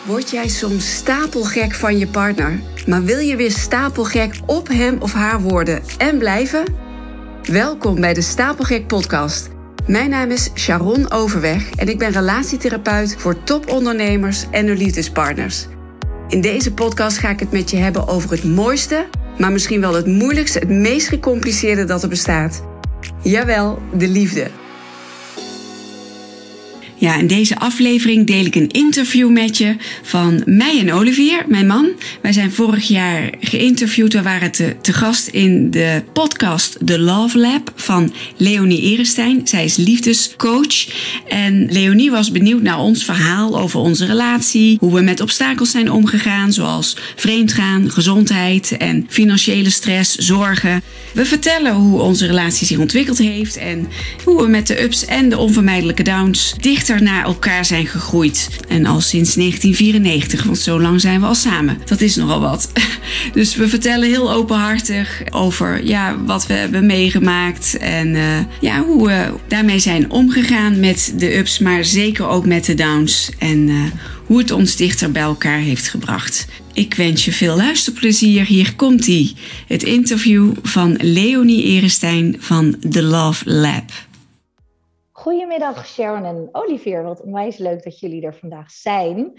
Word jij soms stapelgek van je partner, maar wil je weer stapelgek op hem of haar worden en blijven? Welkom bij de Stapelgek podcast. Mijn naam is Sharon Overweg en ik ben relatietherapeut voor topondernemers en hun liefdespartners. In deze podcast ga ik het met je hebben over het mooiste, maar misschien wel het moeilijkste, het meest gecompliceerde dat er bestaat. Jawel, de liefde. Ja, in deze aflevering deel ik een interview met je van mij en Olivier, mijn man. Wij zijn vorig jaar geïnterviewd. We waren te gast in de podcast The Love Lab van Leonie Erestein. Zij is liefdescoach. En Leonie was benieuwd naar ons verhaal over onze relatie. Hoe we met obstakels zijn omgegaan, zoals vreemdgaan, gezondheid en financiële stress, zorgen. We vertellen hoe onze relatie zich ontwikkeld heeft en hoe we met de ups en de onvermijdelijke downs dichter naar elkaar zijn gegroeid. En al sinds 1994, want zo lang zijn we al samen. Dat is nogal wat. Dus we vertellen heel openhartig over wat we hebben meegemaakt en hoe we daarmee zijn omgegaan met de ups, maar zeker ook met de downs. En hoe het ons dichter bij elkaar heeft gebracht. Ik wens je veel luisterplezier. Hier komt-ie. Het interview van Leonie Erestein van The Love Lab. Goedemiddag Sharon en Olivier. Wat onwijs leuk dat jullie er vandaag zijn.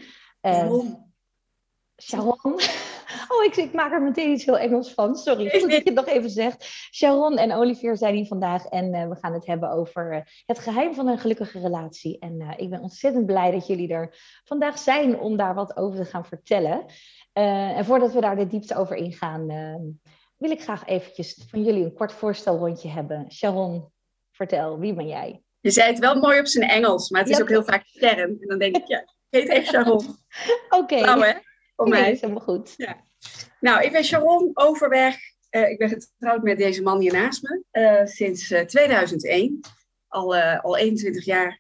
Sharon. Ik maak er meteen iets heel Engels van. Sorry, goed dat je het nog even zegt. Sharon en Olivier zijn hier vandaag en we gaan het hebben over het geheim van een gelukkige relatie. En ik ben ontzettend blij dat jullie er vandaag zijn om daar wat over te gaan vertellen. En voordat we daar de diepte over ingaan, wil ik graag eventjes van jullie een kort voorstelrondje hebben. Sharon, vertel, wie ben jij? Je zei het wel mooi op zijn Engels, maar het is ook heel vaak Sharon. En dan denk ik, ik heet echt Sharon. Oké. Nou hè, voor mij. Dat is helemaal goed. Ja. Nou, ik ben Sharon Overweg. Ik ben getrouwd met deze man hier naast me sinds 2001. Al 21 jaar.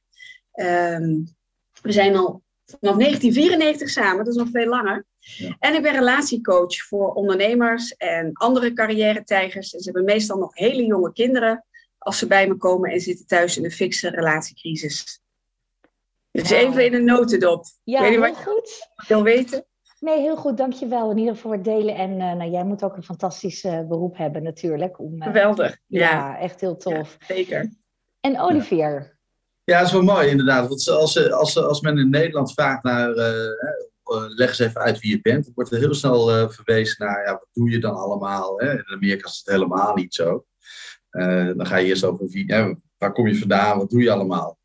We zijn al vanaf 1994 samen, dat is nog veel langer. Ja. En ik ben relatiecoach voor ondernemers en andere carrière-tijgers. En ze hebben meestal nog hele jonge kinderen als ze bij me komen en zitten thuis in een fikse relatiecrisis. Dus even in een notendop. Ja, weet je heel wat goed. Je wil weten? Nee, heel goed, dankjewel in ieder geval voor het delen. En jij moet ook een fantastisch beroep hebben natuurlijk. Geweldig. Ja, echt heel tof. Ja, zeker. En Olivier? Ja, dat is wel mooi inderdaad. Want als men in Nederland vraagt naar, leg eens even uit wie je bent, dan wordt er heel snel verwezen naar, wat doe je dan allemaal? Hè? In Amerika is het helemaal niet zo. Dan ga je eerst over waar kom je vandaan, wat doe je allemaal?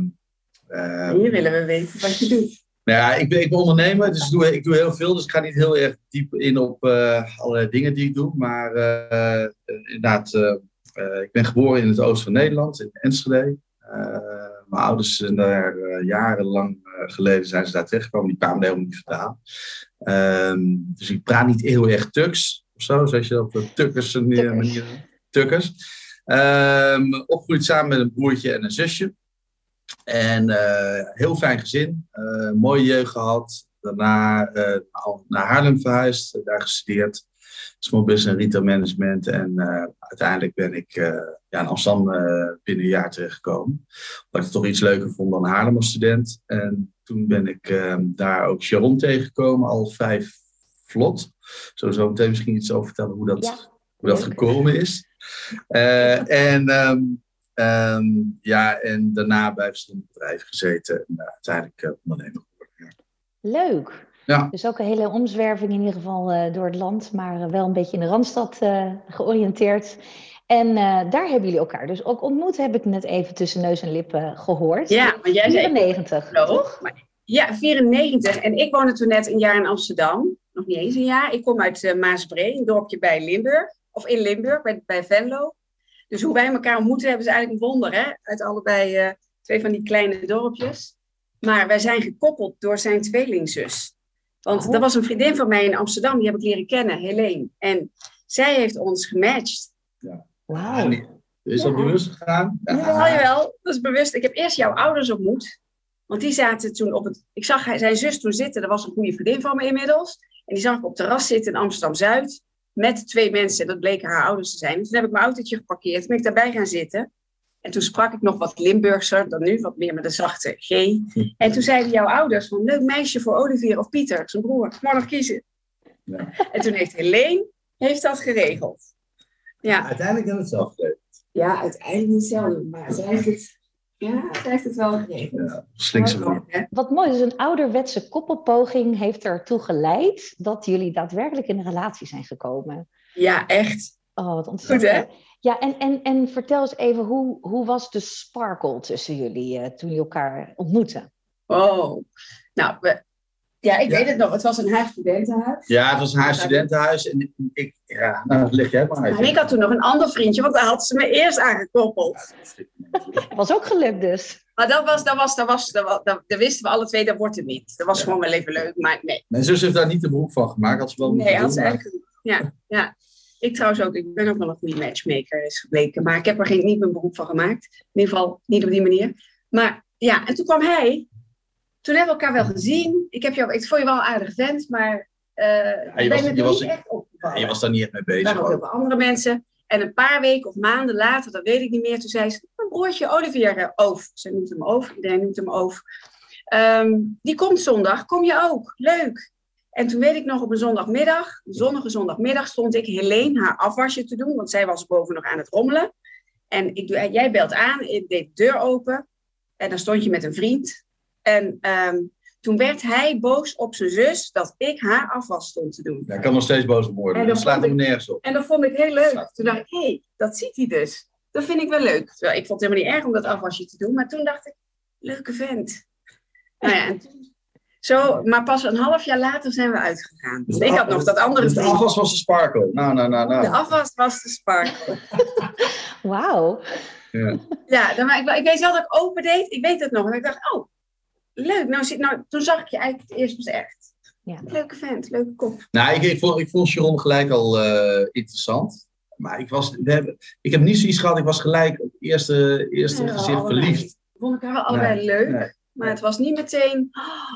Hier willen we weten wat je doet. Nou ja, ik ben ondernemer, dus ik doe heel veel. Dus ik ga niet heel erg diep in op allerlei dingen die ik doe. Maar inderdaad, ik ben geboren in het oosten van Nederland, in Enschede. Mijn ouders zijn daar jarenlang geleden zijn ze daar terechtgekomen. Die kwamen er helemaal niet vandaan. Dus ik praat niet heel erg Turks of zo, zoals je dat Tukkers manier. Tukkers. Opgegroeid samen met een broertje en een zusje. En heel fijn gezin. Mooie jeugd gehad. Daarna naar Haarlem verhuisd. Daar gestudeerd. Small Business en Retail Management. En uiteindelijk ben ik in Amsterdam binnen een jaar terechtgekomen. Omdat ik het toch iets leuker vond dan Haarlem als student. En toen ben ik daar ook Sharon tegengekomen. Al 5 vlot. Zo meteen misschien iets over vertellen hoe dat gekomen is. En daarna bij verschillende bedrijven gezeten en uiteindelijk ondernemer geworden. Ja. Leuk. Ja. Dus ook een hele omzwerving in ieder geval door het land, maar wel een beetje in de Randstad georiënteerd. En daar hebben jullie elkaar dus ook ontmoet, heb ik net even tussen neus en lippen gehoord. Ja, maar jij 94, zei... toch? Ja, 94. En ik woonde toen net een jaar in Amsterdam. Nog niet eens een jaar. Ik kom uit Maasbree, een dorpje bij Limburg. Of in Limburg, bij Venlo. Dus hoe wij elkaar ontmoeten hebben is eigenlijk een wonder, hè? Uit allebei 2 van die kleine dorpjes. Maar wij zijn gekoppeld door zijn tweelingzus. Want dat was een vriendin van mij in Amsterdam, die heb ik leren kennen, Helene. En zij heeft ons gematcht. Ja. Wauw. Is dat bewust gegaan? Jawel, dat is bewust. Ik heb eerst jouw ouders ontmoet. Want die zaten toen op het... Ik zag zijn zus toen zitten, dat was een goede vriendin van me inmiddels. En die zag ik op het terras zitten in Amsterdam-Zuid. Met 2 mensen, dat bleken haar ouders te zijn. Dus toen heb ik mijn autootje geparkeerd, ben ik daarbij gaan zitten. En toen sprak ik nog wat Limburgser dan nu, wat meer met een zachte G. En toen zeiden jouw ouders van, leuk meisje voor Olivier of Pieter, zijn broer. Mag nog kiezen. Ja. En toen heeft Helene dat geregeld. Ja. Uiteindelijk hebben we het zelf geregeld. Ja, uiteindelijk niet zelf, maar zij heeft het wel geregeld. Ja, slinkse manier. Wat mooi, dus een ouderwetse koppelpoging heeft ertoe geleid dat jullie daadwerkelijk in een relatie zijn gekomen. Ja, echt. Oh, wat ontzettend. Goed, hè? Ja, en vertel eens even, hoe was de sparkle tussen jullie toen jullie elkaar ontmoetten? Oh, nou, ik weet het nog. Het was een huisstudentenhuis. Ja, het was een huisstudentenhuis. En dat ligt jij maar uit. En ik had toen nog een ander vriendje, want daar had ze me eerst aangekoppeld. Dat was ook gelukt dus. Maar dat wisten we alle twee, dat wordt het niet. Dat was gewoon wel even leuk, maar nee. Mijn zus heeft daar niet de beroep van gemaakt. Had ze wel nee, had ze eigenlijk. Ja. Ik trouwens ook. Ik ben ook wel een goede matchmaker, is gebleken. Maar ik heb er niet mijn beroep van gemaakt. In ieder geval niet op die manier. Maar ja, en toen kwam hij. Toen hebben we elkaar wel gezien. Ik vond je wel een aardige vent, maar je was daar niet echt mee bezig. Er waren ook heel veel andere mensen. En een paar weken of maanden later, dat weet ik niet meer, toen zei ze, mijn broertje Olivier Oof. Ze noemt hem Oof, iedereen noemt hem Oof. Die komt zondag, kom je ook? Leuk. En toen weet ik nog op een zonnige zondagmiddag, stond ik Helene haar afwasje te doen, want zij was boven nog aan het rommelen. En jij belt aan, ik deed de deur open en dan stond je met een vriend. En toen werd hij boos op zijn zus dat ik haar afwas stond te doen. Ja, ik kan nog steeds boos op worden. Dat slaat hem nergens op. En dat vond ik heel leuk. Toen dacht ik, dat ziet hij dus. Dat vind ik wel leuk. Terwijl ik vond het helemaal niet erg om dat afwasje te doen. Maar toen dacht ik, leuke vent. Nou ja, en toen, maar pas een half jaar later zijn we uitgegaan. Dus ik had nog dat andere dus de afwas was de sparkle. Nou. De afwas was de sparkle. Wauw. Ja, maar ik weet wel dat ik open deed. Ik weet het nog. En ik dacht, leuk. Nou, toen zag ik je eigenlijk het eerst pas echt. Ja. Leuke vent, leuke kop. Nou, ik vond Sharon gelijk al interessant. Maar ik heb niet zoiets gehad. Ik was gelijk op het eerste gezicht verliefd. Vond ik haar wel allebei leuk. Nee. Maar het was niet meteen...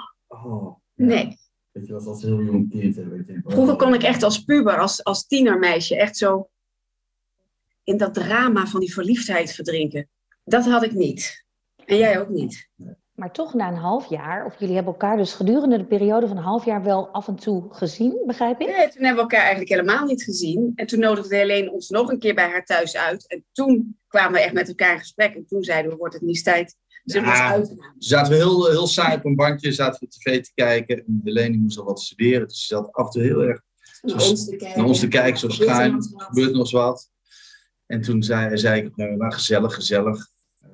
Nee. Weet je, was heel jong kind. Vroeger kon ik echt als puber, als tienermeisje, echt zo in dat drama van die verliefdheid verdrinken. Dat had ik niet. En jij ook niet. Maar toch na een half jaar, of jullie hebben elkaar dus gedurende de periode van een half jaar wel af en toe gezien, begrijp ik? Nee, toen hebben we elkaar eigenlijk helemaal niet gezien. En toen nodigde Helene ons nog een keer bij haar thuis uit. En toen kwamen we echt met elkaar in gesprek. En toen zeiden we, wordt het niet tijd? Zaten we heel saai op een bankje, zaten we tv te kijken. En Helene moest al wat studeren, dus ze zat af en toe heel erg naar ons te kijken. Zo schuin, gebeurt nog eens wat. En toen zei ik, gezellig.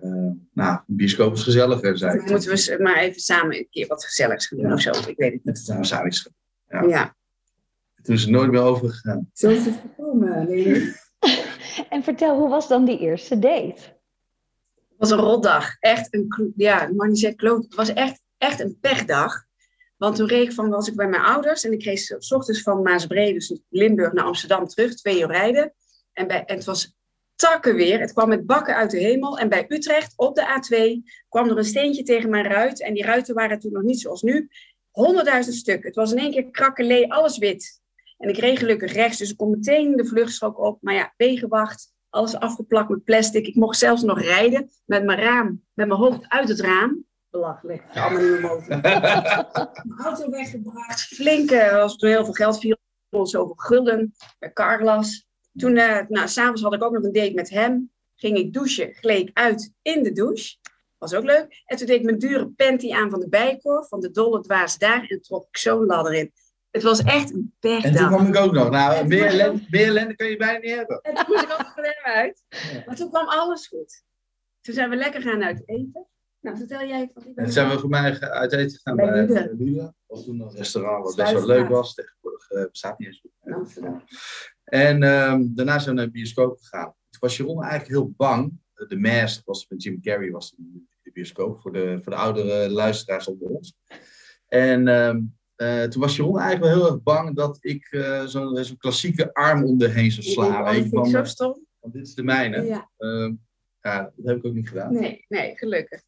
Een bioscoop is gezelliger, zei ik. Moeten we maar even samen een keer wat gezelligs gaan doen of zo? Ik weet het niet. Samen iets gaan. Ja. Toen is het nooit meer overgegaan. Zo is het gekomen, Lene. En vertel, hoe was dan die eerste date? Het was een rotdag. Echt een, ik mag niet zeggen kloot. Het was echt een pechdag. Want toen was ik bij mijn ouders. En ik reed 's ochtends van Maasbree, dus Limburg, naar Amsterdam terug. 2 uur rijden. En het was takkenweer. Het kwam met bakken uit de hemel. En bij Utrecht, op de A2, kwam er een steentje tegen mijn ruit. En die ruiten waren toen nog niet zoals nu. 100.000 stuk. Het was in één keer krakkelee, alles wit. En ik reed gelukkig rechts, dus ik kon meteen de vluchtstrook op. Maar ja, wegenwacht, alles afgeplakt met plastic. Ik mocht zelfs nog rijden met mijn hoofd uit het raam. Belachelijk, allemaal niet meer mogelijk. Mijn auto weggebracht, flinke, was toen heel veel geld, 400 zoveel gulden bij Carglass. Toen, s'avonds had ik ook nog een date met hem. Ging ik douchen, gleed ik uit in de douche. Was ook leuk. En toen deed ik mijn dure panty aan van de Bijenkorf, van de dolle dwaas daar. En trok ik zo'n ladder in. Het was echt een pechdag. En toen kwam ik ook nog. Nou, meer ellende kan je bijna niet hebben. En toen moest ik ook nog een uit. Ja. Maar toen kwam alles goed. Toen zijn we lekker gaan uit eten. Nou, vertel jij wat ik ben. En zijn we voor mij uit eten gegaan bij Luda. Dat was toen een restaurant wat best wel leuk was. Tegenwoordig bestaat niet eens in Amsterdam. En daarna zijn we naar de bioscoop gegaan. Toen was Sharon eigenlijk heel bang. The Mask was met Jim Carrey was de bioscoop voor de oudere luisteraars onder ons. En toen was Sharon eigenlijk wel heel erg bang dat ik zo'n klassieke arm om de heen zou slaan. Dat vind ik zo stom. Want dit is de mijne. Ja. Dat heb ik ook niet gedaan. Nee, gelukkig.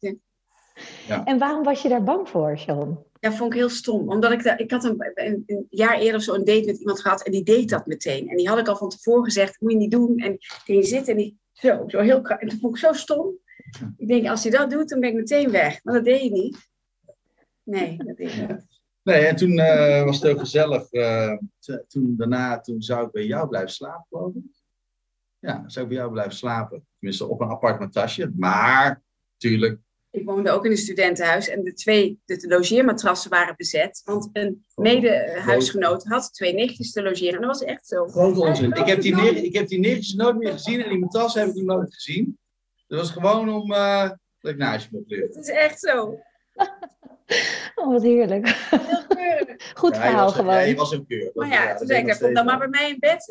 Ja. En waarom was je daar bang voor, Sharon? Ja, vond ik heel stom. Omdat ik had een jaar eerder zo een date met iemand gehad en die deed dat meteen. En die had ik al van tevoren gezegd, moet je niet doen. En ging zitten en die Zo heel krachtig. En toen vond ik zo stom. Ik denk, als hij dat doet, dan ben ik meteen weg. Maar dat deed je niet. Nee, dat deed je niet. Nee, en toen was het ook gezellig. Toen zou ik bij jou blijven slapen, geloof ik. Ja, zou ik bij jou blijven slapen. Tenminste, op een appartementasje. Maar, natuurlijk. Ik woonde ook in een studentenhuis. En de logeermatrassen waren bezet. Want een mede-huisgenoot had 2 nichtjes te logeren. En dat was echt zo. Grote onzin. Ik heb die nichtjes nooit meer gezien. En die matrassen heb ik nog nooit gezien. Dat was gewoon om dat ik naast je mocht liggen. Het is echt zo. Oh, wat heerlijk. Heel keurig. Goed verhaal gewoon. Ja, je was ook keurig. Maar ja, toen zei ik, kom dan maar bij mij in bed.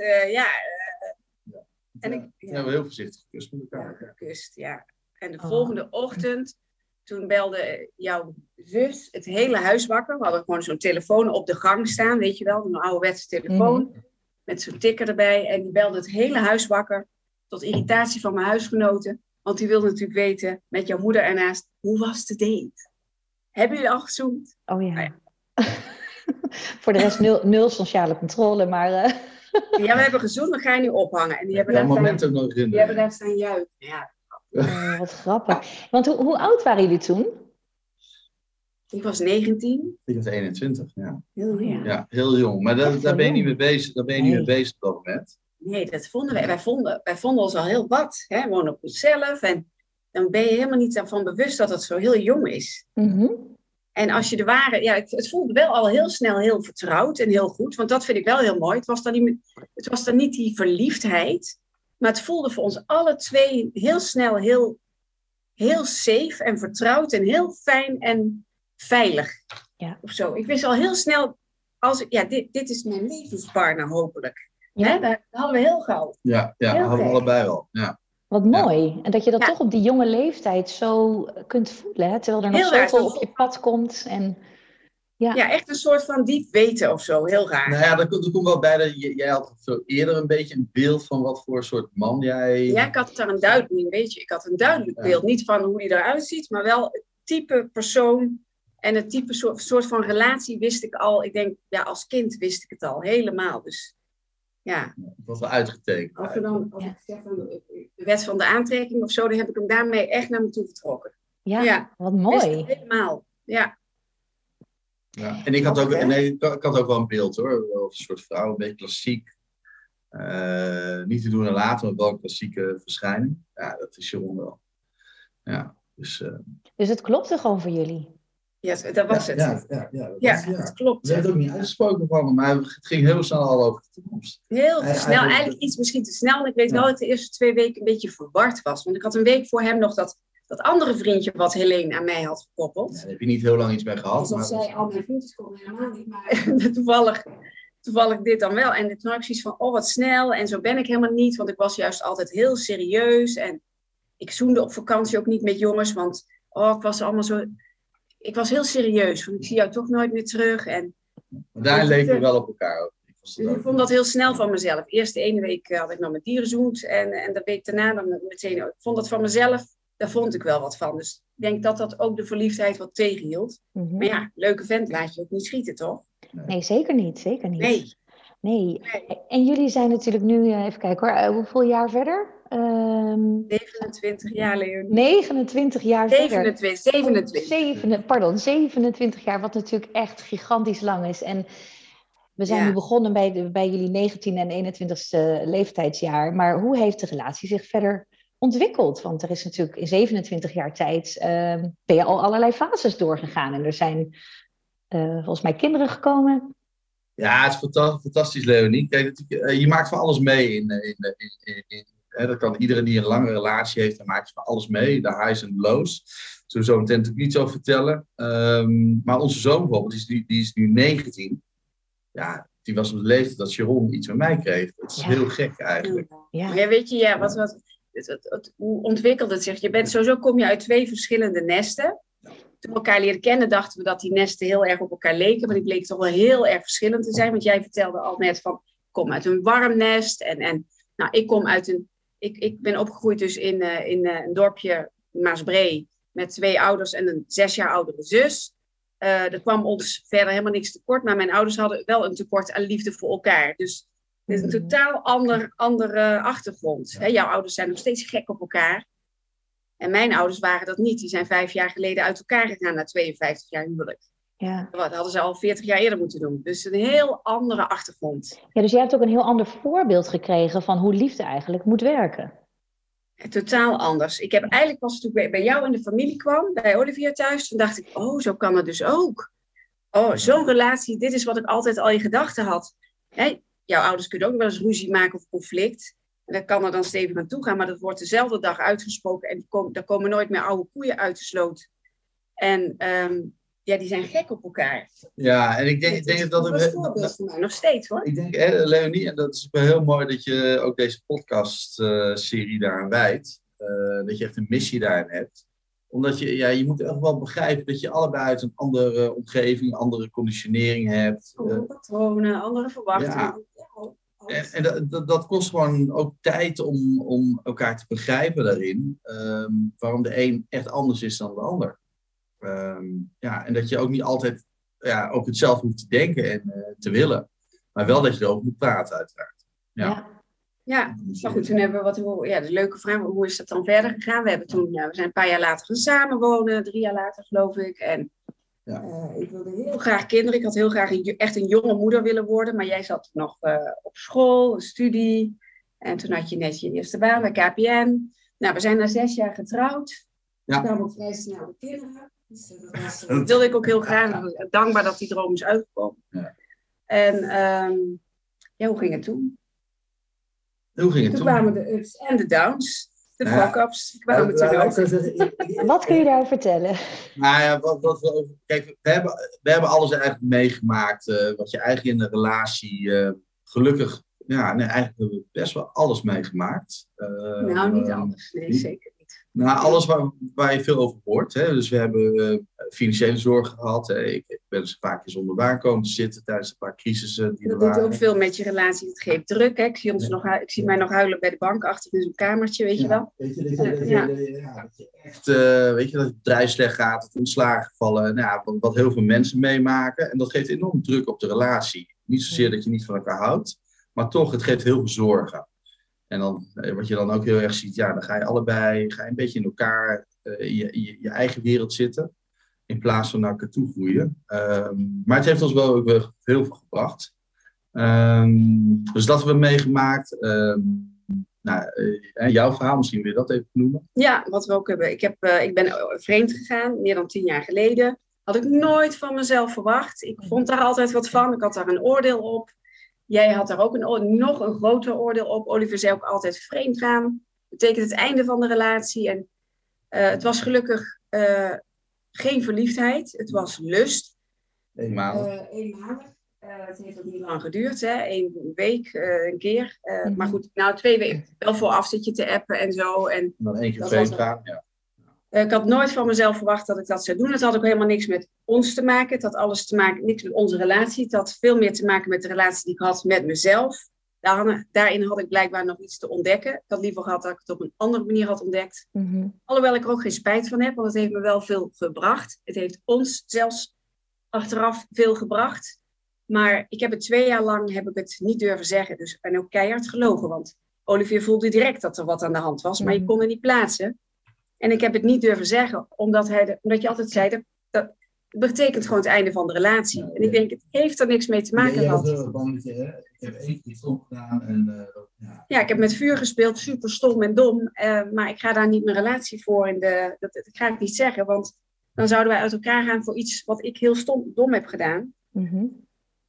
En we hebben heel voorzichtig gekust met elkaar. Gekust, ja. En de volgende ochtend, toen belde jouw zus het hele huis wakker. We hadden gewoon zo'n telefoon op de gang staan, weet je wel. Een ouderwetse telefoon. Met zo'n tikker erbij. En die belde het hele huis wakker. Tot irritatie van mijn huisgenoten. Want die wilde natuurlijk weten, met jouw moeder ernaast, hoe was de date? Hebben jullie al gezoend? Oh ja. Voor de rest nul sociale controle, maar... Ja, we hebben gezoend, dan ga je nu ophangen. En die hebben daar moment ook nog in. Die hebben daar staan juichen. Ja. Wat grappig. Want hoe oud waren jullie toen? Ik was 19. Ik was 21, ja. Heel jong. Ja, heel jong. Maar daar ben je niet mee bezig. Daar ben je niet mee bezig op dat moment. Nee, dat vonden wij. Wij vonden ons al heel wat. Hè? We wonen op onszelf. En dan ben je helemaal niet daarvan bewust dat het zo heel jong is. En als je er waren... Ja, het voelde wel al heel snel heel vertrouwd en heel goed. Want dat vind ik wel heel mooi. Het was dan niet die verliefdheid. Maar het voelde voor ons alle twee heel snel heel safe en vertrouwd. En heel fijn en veilig. Ja. Of zo. Ik wist al heel snel... dit is mijn levenspartner hopelijk. Ja. Hè? Dat hadden we heel gauw. Ja, hadden we allebei wel. Ja. Wat mooi. En dat je dat toch op die jonge leeftijd zo kunt voelen. Hè? Terwijl er nog zoveel op je pad komt. En, ja, echt een soort van diep weten of zo. Heel raar. Nou ja, er komt wel bij dat jij had veel eerder een beetje een beeld van wat voor soort man jij... Ja, ik had daar een duidelijk beeld. Niet van hoe hij eruit ziet, maar wel het type persoon en het type soort van relatie wist ik al. Ik denk, ja, als kind wist ik het al helemaal. Dus ja. Het was wel uitgetekend. Als ik zeg van de wet van de aantrekking of zo, dan heb ik hem daarmee echt naar me toe vertrokken. Ja, wat mooi. Helemaal, ja. Ja. En ik had ook wel een beeld hoor, wel een soort vrouw, een beetje klassiek. Niet te doen en laten, maar wel een klassieke verschijning. Ja, dat is Sharon wel. Ja, dus het klopte gewoon voor jullie? Ja, dat was het. Het klopt. We hebben het ook niet uitgesproken van hem, maar het ging heel snel al over de toekomst. Heel snel, eigenlijk iets misschien te snel. En ik weet wel dat ik de eerste 2 weken een beetje verward was. Want ik had een week voor hem nog dat andere vriendje wat Helene aan mij had gekoppeld. Ja, daar heb je niet heel lang iets mee gehad. Alsof zij al mijn vriendjes konden, helemaal niet. Maar toevallig dit dan wel. En toen had ik zoiets van, oh wat snel. En zo ben ik helemaal niet, want ik was juist altijd heel serieus. En ik zoende op vakantie ook niet met jongens, want ik was heel serieus. Want ik zie jou toch nooit meer terug. En maar daar leken we wel op elkaar ook. Dus ik vond dat heel snel van mezelf. Eerst de ene week had ik nog met dieren zoend. En de week daarna dan meteen. Ik vond dat van mezelf, daar vond ik wel wat van. Dus ik denk dat dat ook de verliefdheid wat tegenhield. Maar ja, leuke vent laat je ook niet schieten, toch? Nee, zeker niet. Zeker niet. Nee. En jullie zijn natuurlijk nu, even kijken hoor, hoeveel jaar verder? 29 jaar, Leonie. 29 jaar 27. 27 jaar, wat natuurlijk echt gigantisch lang is. En we zijn nu begonnen bij jullie 19e en 21ste leeftijdsjaar. Maar hoe heeft de relatie zich verder ontwikkeld? Want er is natuurlijk in 27 jaar tijd, ben je al allerlei fases doorgegaan. En er zijn volgens mij kinderen gekomen. Ja, het is fantastisch, Leonie. Kijk, je maakt van alles mee. Dat kan iedereen die een lange relatie heeft, dan maakt je van alles mee. De highs en de lows. Zullen we zo meteen natuurlijk iets over vertellen. Maar onze zoon bijvoorbeeld, die is nu 19. Ja, die was op de leeftijd dat Sharon iets met mij kreeg. Dat is heel gek eigenlijk. Ja, weet je, hoe ontwikkelt het zich? Sowieso kom je uit 2 verschillende nesten. Toen we elkaar leren kennen, dachten we dat die nesten heel erg op elkaar leken. Maar die bleken toch wel heel erg verschillend te zijn. Want jij vertelde al net van, ik kom uit een warm nest. En ik kom uit ik ben opgegroeid dus in een dorpje, Maasbree, met 2 ouders en een 6 jaar oudere zus. Er kwam ons verder helemaal niks tekort. Maar mijn ouders hadden wel een tekort aan liefde voor elkaar. Dus Het is een totaal andere achtergrond. Hè? Jouw ouders zijn nog steeds gek op elkaar. En mijn ouders waren dat niet. Die zijn 5 jaar geleden uit elkaar gegaan na 52 jaar huwelijk. Ja. Dat hadden ze al 40 jaar eerder moeten doen. Dus een heel andere achtergrond. Ja, dus jij hebt ook een heel ander voorbeeld gekregen van hoe liefde eigenlijk moet werken. Totaal anders. Ik heb eigenlijk pas toen ik bij jou in de familie kwam, bij Olivier thuis, toen dacht ik, oh, zo kan het dus ook. Oh, zo'n relatie, dit is wat ik altijd al in gedachten had. Hè? Jouw ouders kunnen ook wel eens ruzie maken of conflict. En dat kan er dan stevig aan toe gaan, maar dat wordt dezelfde dag uitgesproken en daar komen nooit meer oude koeien uit de sloot. En die zijn gek op elkaar. Ja, en ik denk dat is een voorbeeld voor mij, nog steeds hoor. Ik denk, Leonie, en dat is wel heel mooi dat je ook deze podcast-serie daaraan wijdt. Dat je echt een missie daarin hebt. Omdat je moet echt wel begrijpen dat je allebei uit een andere omgeving, andere conditionering hebt. Andere patronen, andere verwachtingen. Ja. En dat kost gewoon ook tijd om elkaar te begrijpen daarin. Waarom de een echt anders is dan de ander. En dat je ook niet altijd ook hetzelfde hoeft te denken en te willen. Maar wel dat je erover moet praten, uiteraard. Ja, maar goed, toen hebben we de leuke vraag, hoe is dat dan verder gegaan? We zijn een paar jaar later gaan samenwonen, 3 jaar later geloof ik. En ik wilde heel graag kinderen. Ik had heel graag echt een jonge moeder willen worden, maar jij zat nog op school, een studie. En toen had je net je eerste baan bij KPN. Nou, we zijn na 6 jaar getrouwd. Ja. Ik kwam ook vrij snel de kinderen. Dus dat wilde ik ook heel graag. Ik was dankbaar dat die droom is uitgekomen. Ja. En hoe ging het toen? Toen kwamen de ups en de downs. De fuck-ups kwamen toen ook. Wat kun je daar vertellen? Nou ja, kijk, we hebben alles eigenlijk meegemaakt. Wat je eigenlijk in een relatie gelukkig... eigenlijk hebben we best wel alles meegemaakt. Niet alles. Nee, zeker niet. Nou, alles waar je veel over hoort. Hè. Dus we hebben financiële zorg gehad. Ik ben dus vaak zonder baan komen te zitten tijdens een paar crisissen die er waren. Dat doet ook veel met je relatie. Het geeft druk. Hè. Ik zie mij nog huilen bij de bank achter in zo'n kamertje, weet je wel. Weet je, dat je echt, dat het bedrijf slecht gaat, het ontslagen vallen. Wat heel veel mensen meemaken. En dat geeft enorm druk op de relatie. Niet zozeer dat je niet van elkaar houdt, maar toch, het geeft heel veel zorgen. En dan, wat je dan ook heel erg ziet, dan ga je allebei een beetje in elkaar, je eigen wereld zitten. In plaats van naar elkaar toe groeien. Maar het heeft ons wel ook heel veel gebracht. Dus dat hebben we meegemaakt. Jouw verhaal, misschien wil je dat even noemen? Ja, wat we ook hebben. Ik ben vreemd gegaan, meer dan 10 jaar geleden. Had ik nooit van mezelf verwacht. Ik vond daar altijd wat van. Ik had daar een oordeel op. Jij had daar ook nog een groter oordeel op. Olivier zei ook altijd vreemd gaan. Betekent het einde van de relatie. En het was gelukkig geen verliefdheid. Het was lust. Eenmalig. Het heeft ook niet lang geduurd. Hè? 1 week, een keer. Maar goed, 2 weken wel vooraf zit je te appen en zo. En dan 1 keer vreemd gaan, ja. Ik had nooit van mezelf verwacht dat ik dat zou doen. Het had ook helemaal niks met ons te maken. Het had alles te maken, niks met onze relatie. Het had veel meer te maken met de relatie die ik had met mezelf. Daarin had ik blijkbaar nog iets te ontdekken. Ik had liever gehad dat ik het op een andere manier had ontdekt. Mm-hmm. Alhoewel ik er ook geen spijt van heb, want het heeft me wel veel gebracht. Het heeft ons zelfs achteraf veel gebracht. Maar ik heb het 2 jaar lang het niet durven zeggen. Dus, en ook keihard gelogen. Want Olivier voelde direct dat er wat aan de hand was. Maar je kon het niet plaatsen. En ik heb het niet durven zeggen, omdat je altijd zei, dat betekent gewoon het einde van de relatie. En ik denk, het heeft er niks mee te maken gehad. Ik heb 1 keer stom gedaan. Ik heb met vuur gespeeld, super stom en dom. Maar ik ga daar niet mijn relatie voor. Dat ga ik niet zeggen, want dan zouden wij uit elkaar gaan voor iets wat ik heel dom heb gedaan. Mm-hmm.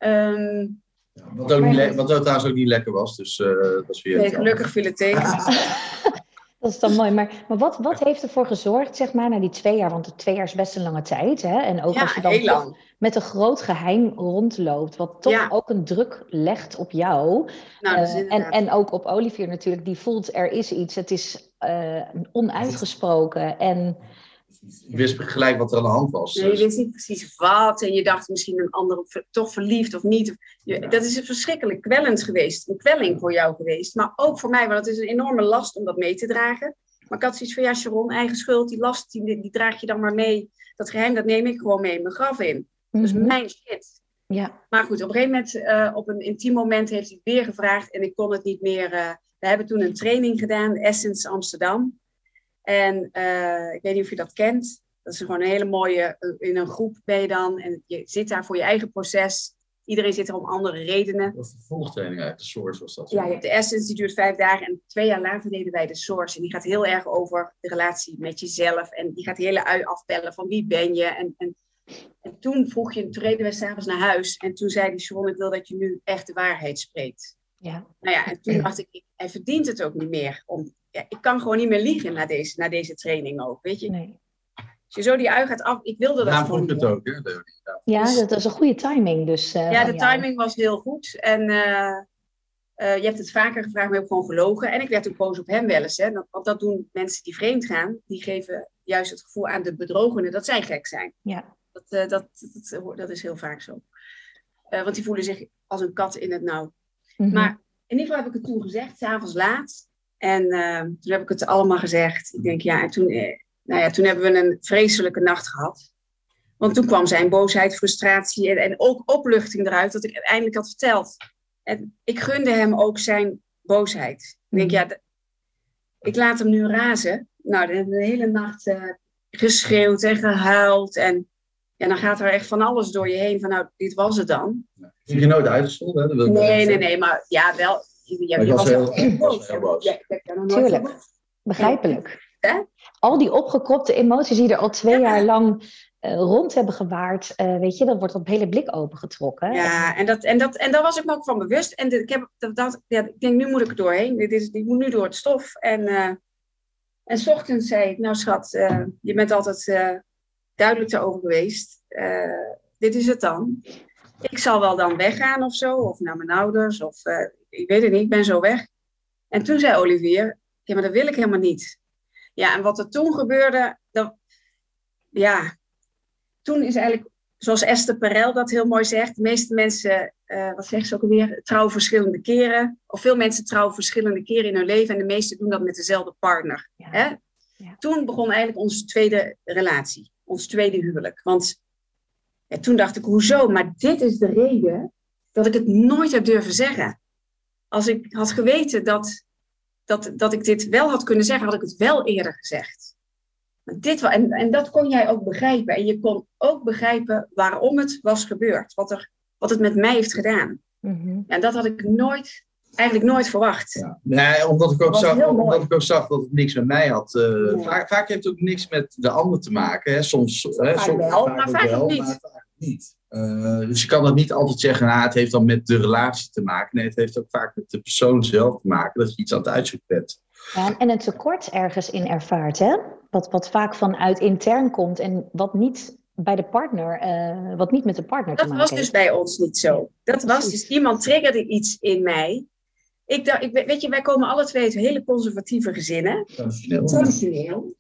Wat trouwens ook niet lekker was. Dus, dat is weer gelukkig viel het tegen. Dat is dan mooi. Maar wat heeft ervoor gezorgd, zeg maar, na die 2 jaar? Want 2 jaar is best een lange tijd. Hè? En ook als je dan toch met een groot geheim rondloopt, wat toch ook een druk legt op jou. En ook op Olivier natuurlijk, die voelt er is iets. Het is onuitgesproken. En je wist gelijk wat er aan de hand was. Nee, je wist niet precies wat. En je dacht misschien een ander toch verliefd of niet. Dat is verschrikkelijk kwellend geweest. Een kwelling voor jou geweest. Maar ook voor mij, want het is een enorme last om dat mee te dragen. Maar ik had zoiets van, Sharon, eigen schuld. Die last, die draag je dan maar mee. Dat geheim, dat neem ik gewoon mee in mijn graf in. Mm-hmm. Dat is mijn shit. Ja. Maar goed, op een gegeven moment, op een intiem moment, heeft hij het weer gevraagd en ik kon het niet meer. We hebben toen een training gedaan, Essence Amsterdam. En ik weet niet of je dat kent. Dat is gewoon een hele mooie, in een groep ben je dan. En je zit daar voor je eigen proces. Iedereen zit er om andere redenen. Dat was de volgtraining uit de Source, was dat? Ja, je hebt de Essence, die duurt 5 dagen. En 2 jaar later deden wij de Source. En die gaat heel erg over de relatie met jezelf. En die gaat de hele ui afpellen van wie ben je. En toen reden wij s'avonds naar huis. En toen zei die Sharon, ik wil dat je nu echt de waarheid spreekt. Ja. Nou ja, en toen dacht ik, hij verdient het ook niet meer. Ik kan gewoon niet meer liegen na deze training ook, weet je. Nee. Als je zo die ui gaat af, ik wilde dat Daarom gewoon vroeg ik niet. het ook, hè, Leonie. Ja. Ja, dat is een goede timing. Dus, Ja, de timing was heel goed. En je hebt het vaker gevraagd, maar je hebt gewoon gelogen. En ik werd ook boos op hem wel eens. Hè? Want dat doen mensen die vreemd gaan. Die geven juist het gevoel aan de bedrogenen dat zij gek zijn. Ja. Dat is heel vaak zo. Want die voelen zich als een kat in het nauw. Mm-hmm. Maar in ieder geval heb ik het toen gezegd, 's avonds laat. En toen heb ik het allemaal gezegd. Ik denk, ja, en toen hebben we een vreselijke nacht gehad. Want toen kwam zijn boosheid, frustratie en ook opluchting eruit dat ik het eindelijk had verteld. En ik gunde hem ook zijn boosheid. Ik denk, ja, ik laat hem nu razen. Nou, dan hebben we de hele nacht geschreeuwd en gehuild. En ja, dan gaat er echt van alles door je heen. Van nou, dit was het dan. Heb je nooit uitgestonden? Hè? Dat wil ik Nee, maar ja, wel. Maar je was heel boos. Tuurlijk. Begrijpelijk. Hè? Al die opgekropte emoties die er al 2 jaar lang rond hebben gewaard, weet je, dat wordt op hele blik opengetrokken. Ja, en daar was ik me ook van bewust. En ik denk, nu moet ik er doorheen. Ik moet nu door het stof. En 's ochtends zei ik, nou schat, je bent altijd duidelijk daarover geweest. Dit is het dan. Ik zal wel dan weggaan of zo, of naar mijn ouders, of ik weet het niet, ik ben zo weg. En toen zei Olivier, ja, maar dat wil ik helemaal niet. Ja, en wat er toen gebeurde, toen is eigenlijk, zoals Esther Perel dat heel mooi zegt, de meeste mensen, wat zegt ze ook alweer, trouwen verschillende keren. Of veel mensen trouwen verschillende keren in hun leven en de meesten doen dat met dezelfde partner. Ja. Hè? Ja. Toen begon eigenlijk onze tweede relatie, ons tweede huwelijk. Want toen dacht ik, hoezo? Maar dit is de reden dat ik het nooit heb durven zeggen. Als ik had geweten dat ik dit wel had kunnen zeggen, had ik het wel eerder gezegd. Maar en dat kon jij ook begrijpen. En je kon ook begrijpen waarom het was gebeurd. Wat het met mij heeft gedaan. Mm-hmm. En dat had ik eigenlijk nooit verwacht. Ja. Nee, omdat ik ook zag dat het niks met mij had. Nee. Vaak heeft het ook niks met de ander te maken. Hè. Soms Vaak wel, maar vaak ook niet. Maar vaak niet. Dus je kan dat niet altijd zeggen, het heeft dan met de relatie te maken. Nee, het heeft ook vaak met de persoon zelf te maken, dat je iets aan het uitzoeken bent. Ja, en een tekort ergens in ervaart, hè? Wat vaak vanuit intern komt en wat niet bij de partner, wat niet met de partner te maken heeft. Dat was dus bij ons niet zo. Dat was dus, iemand triggerde iets in mij. Weet je, wij komen alle twee uit hele conservatieve gezinnen. Traditioneel.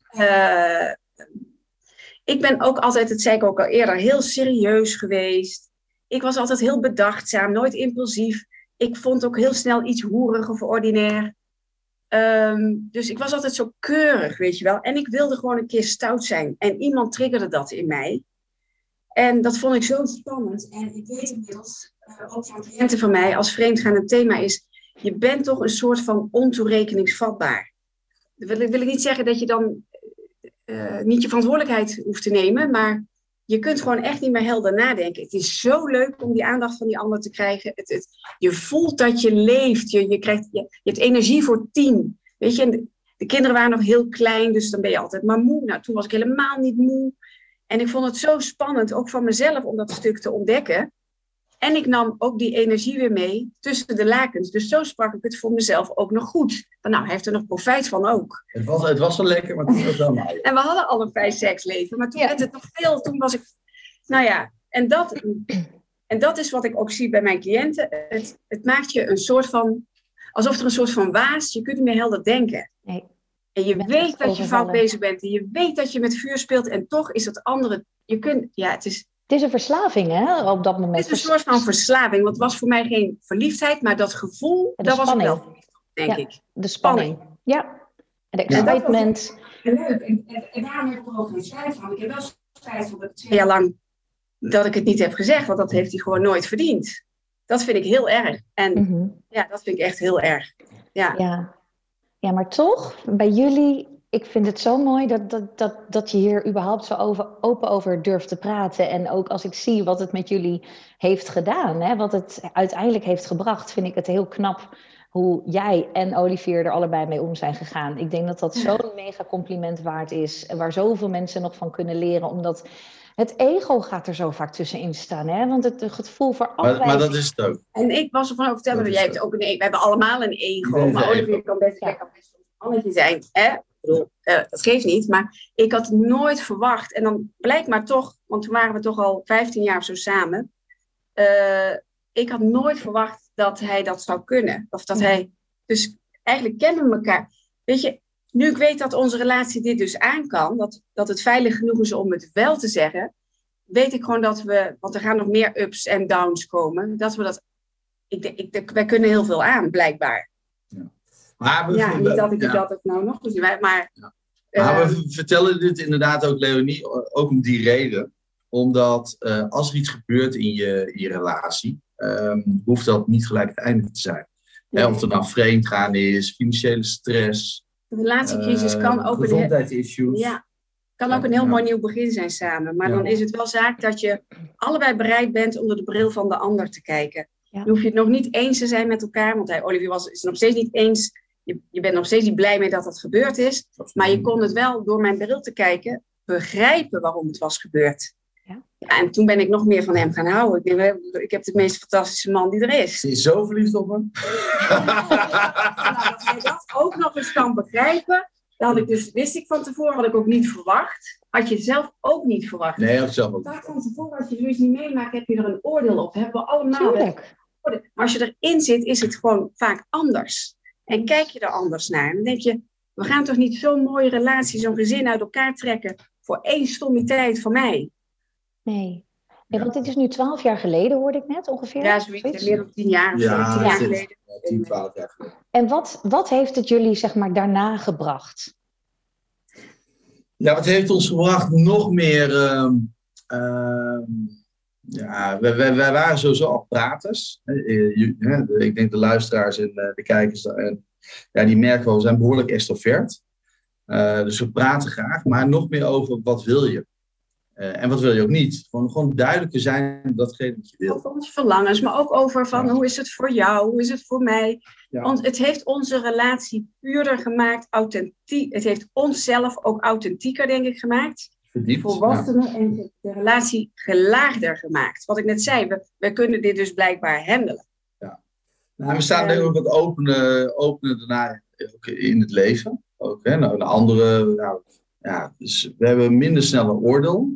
Ik ben ook altijd, dat zei ik ook al eerder, heel serieus geweest. Ik was altijd heel bedachtzaam, nooit impulsief. Ik vond ook heel snel iets hoerig of ordinair. Dus ik was altijd zo keurig, weet je wel. En ik wilde gewoon een keer stout zijn. En iemand triggerde dat in mij. En dat vond ik zo spannend. En ik weet inmiddels, ook van cliënten van mij, als vreemdgaan een thema is, je bent toch een soort van ontoerekeningsvatbaar. Dat wil ik niet zeggen dat je dan niet je verantwoordelijkheid hoeft te nemen, maar je kunt gewoon echt niet meer helder nadenken. Het is zo leuk om die aandacht van die ander te krijgen. Je voelt dat je leeft. Je hebt energie voor 10. Weet je, de kinderen waren nog heel klein, dus dan ben je altijd maar moe. Nou, toen was ik helemaal niet moe. En ik vond het zo spannend, ook van mezelf, om dat stuk te ontdekken. En ik nam ook die energie weer mee tussen de lakens. Dus zo sprak ik het voor mezelf ook nog goed. Hij heeft er nog profijt van ook. Het was wel lekker, maar toen was het wel mooi. En we hadden allebei seksleven. Maar toen werd het nog veel. Toen was ik... Nou ja, en dat is wat ik ook zie bij mijn cliënten. Het maakt je een soort van... Alsof er een soort van waas... Je kunt niet meer helder denken. Nee. En je weet dat je fout bezig bent. En je weet dat je met vuur speelt. En toch is het andere... Het is een verslaving, hè, op dat moment. Het is een soort van verslaving. Want het was voor mij geen verliefdheid. Maar dat gevoel, dat was het wel, denk ik. De spanning. Ja. En de excitement. Leuk. En daarom heb ik er ook geen spijt van. Ik heb wel spijt van dat ik 2 jaar lang dat ik het niet heb gezegd, want dat heeft hij gewoon nooit verdiend. Dat vind ik heel erg. En ja, dat vind ik echt heel erg. Ja, maar toch, bij jullie, ik vind het zo mooi dat je hier überhaupt zo open over durft te praten. En ook als ik zie wat het met jullie heeft gedaan, hè, wat het uiteindelijk heeft gebracht, vind ik het heel knap hoe jij en Olivier er allebei mee om zijn gegaan. Ik denk dat dat zo'n mega compliment waard is. En waar zoveel mensen nog van kunnen leren. Omdat het ego gaat er zo vaak tussenin staan. Hè? Want het gevoel voor afwijzing... Maar dat is het ook. En ik was ervan overtuigd, jij hebt ook een ego. We hebben allemaal een ego. Maar Olivier kan best een mannetje zijn. Hè? Ik bedoel, dat geeft niet. Maar ik had nooit verwacht. En dan blijkt maar toch, want toen waren we toch al 15 jaar of zo samen. Ik had nooit verwacht dat hij dat zou kunnen. Of dat hij... Dus eigenlijk kennen we elkaar. Weet je, nu ik weet dat onze relatie dit dus aan kan, dat het veilig genoeg is om het wel te zeggen, weet ik gewoon dat we, want er gaan nog meer ups en downs komen, dat we dat... Wij kunnen heel veel aan, blijkbaar. Ja. Maar niet dat ik dat het nou nog moet doen, maar... Maar we vertellen dit inderdaad ook, Leonie, ook om die reden. Omdat als er iets gebeurt in je relatie, hoeft dat niet gelijk het einde te zijn. Nee. Of er nou vreemdgaan is, financiële stress. De relatiecrisis kan ook gezondheidsissues. Kan ook een heel mooi nieuw begin zijn samen. Maar dan is het wel zaak dat je allebei bereid bent om door de bril van de ander te kijken. Ja. Dan hoef je het nog niet eens te zijn met elkaar. Want Olivier is het nog steeds niet eens. Je bent nog steeds niet blij mee dat dat gebeurd is. Maar je kon het wel door mijn bril te kijken begrijpen waarom het was gebeurd. Ja, en toen ben ik nog meer van hem gaan houden. Ik heb de meest fantastische man die er is. Je is zo verliefd op hem. Dat hij dat ook nog eens kan begrijpen. Wist ik van tevoren, had ik ook niet verwacht. Had je zelf ook niet verwacht. Nee, had ik zelf ook. Van tevoren, als je zoiets niet meemaakt, heb je er een oordeel op. Hebben we allemaal. Tuurlijk. Maar als je erin zit, is het gewoon vaak anders. En kijk je er anders naar. En dan denk je, we gaan toch niet zo'n mooie relatie, zo'n gezin uit elkaar trekken voor één stommiteit van mij. Nee, want dit is nu 12 jaar geleden, hoorde ik net ongeveer. Ja, zoiets. Meer dan 10 jaar. 10 jaar geleden. 10, 12 jaar geleden. En wat heeft het jullie, zeg maar, daarna gebracht? Ja, wat heeft ons gebracht? Nog meer... wij waren sowieso al praters. Ik denk de luisteraars en de kijkers... die merken wel, we zijn behoorlijk extrovert. Dus we praten graag, maar nog meer over wat wil je. En wat wil je ook niet. Gewoon duidelijker zijn datgene wat je wil. Over onze verlangens, maar ook over van hoe is het voor jou, hoe is het voor mij. Ja. Want het heeft onze relatie puurder gemaakt, authentiek. Het heeft onszelf ook authentieker, denk ik, gemaakt. Volwassener en de relatie gelaagder gemaakt. Wat ik net zei, we kunnen dit dus blijkbaar handelen. Ja. Nou, we staan denk ik ook wat opener daarna ook in het leven. Ook, hè? Nou, de andere... dus we hebben minder snel een oordeel.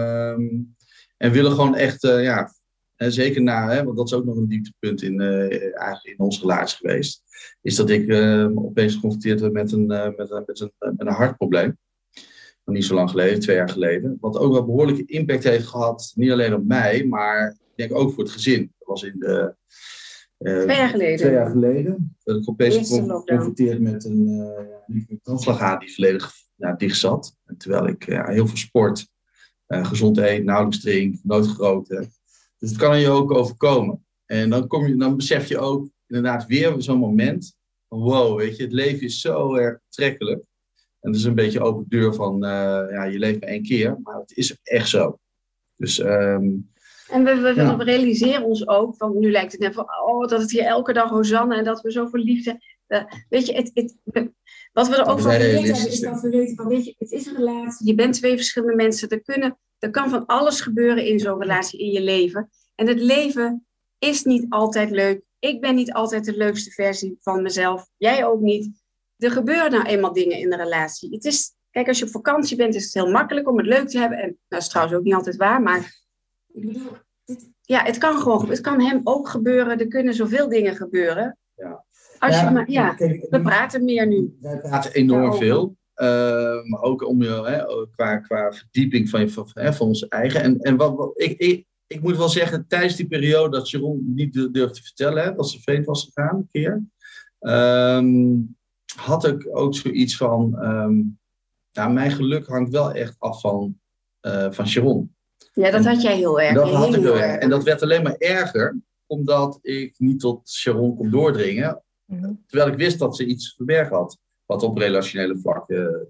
En willen gewoon echt, en zeker want dat is ook nog een dieptepunt eigenlijk in onze relatie geweest, is dat ik opeens geconfronteerd werd met een hartprobleem. Nog niet zo lang geleden, 2 jaar geleden. Wat ook wel behoorlijke impact heeft gehad, niet alleen op mij, maar ik denk ook voor het gezin. Dat was in de... 2 jaar geleden. 2 jaar geleden. Dat ik opeens geconfronteerd met een kransslagader die volledig dicht zat. En terwijl ik heel veel sport, gezond eet, nauwelijks drink, nooit geroten. Dus het kan je ook overkomen. En dan besef je ook inderdaad weer zo'n moment van wow, weet je, het leven is zo erg betrekkelijk. En het is een beetje open deur van, je leeft maar 1 keer, maar het is echt zo. Dus... En we realiseren ons ook, want nu lijkt het net van, dat het hier elke dag Hosanna en dat we zo verliefd zijn. Weet je, wat we er ook van geleerd hebben, is dat we weten van, weet je, het is een relatie. Je bent 2 verschillende mensen. Er kan van alles gebeuren in zo'n relatie in je leven. En het leven is niet altijd leuk. Ik ben niet altijd de leukste versie van mezelf. Jij ook niet. Er gebeuren nou eenmaal dingen in de relatie. Kijk, als je op vakantie bent, is het heel makkelijk om het leuk te hebben. En dat is trouwens ook niet altijd waar, maar... Ik bedoel, het kan hem ook gebeuren. Er kunnen zoveel dingen gebeuren. Ja. We praten meer nu. Wij praten enorm veel. Maar ook om qua verdieping van onze eigen. En ik moet wel zeggen, tijdens die periode dat Sharon niet durfde te vertellen, dat ze vreemd was gegaan een keer, had ik ook zoiets van, mijn geluk hangt wel echt af van Sharon. Ja, dat had jij heel erg. Dat had ik heel heel erg. En dat werd alleen maar erger, omdat ik niet tot Sharon kon doordringen. Terwijl ik wist dat ze iets verbergen had, wat op relationele vlak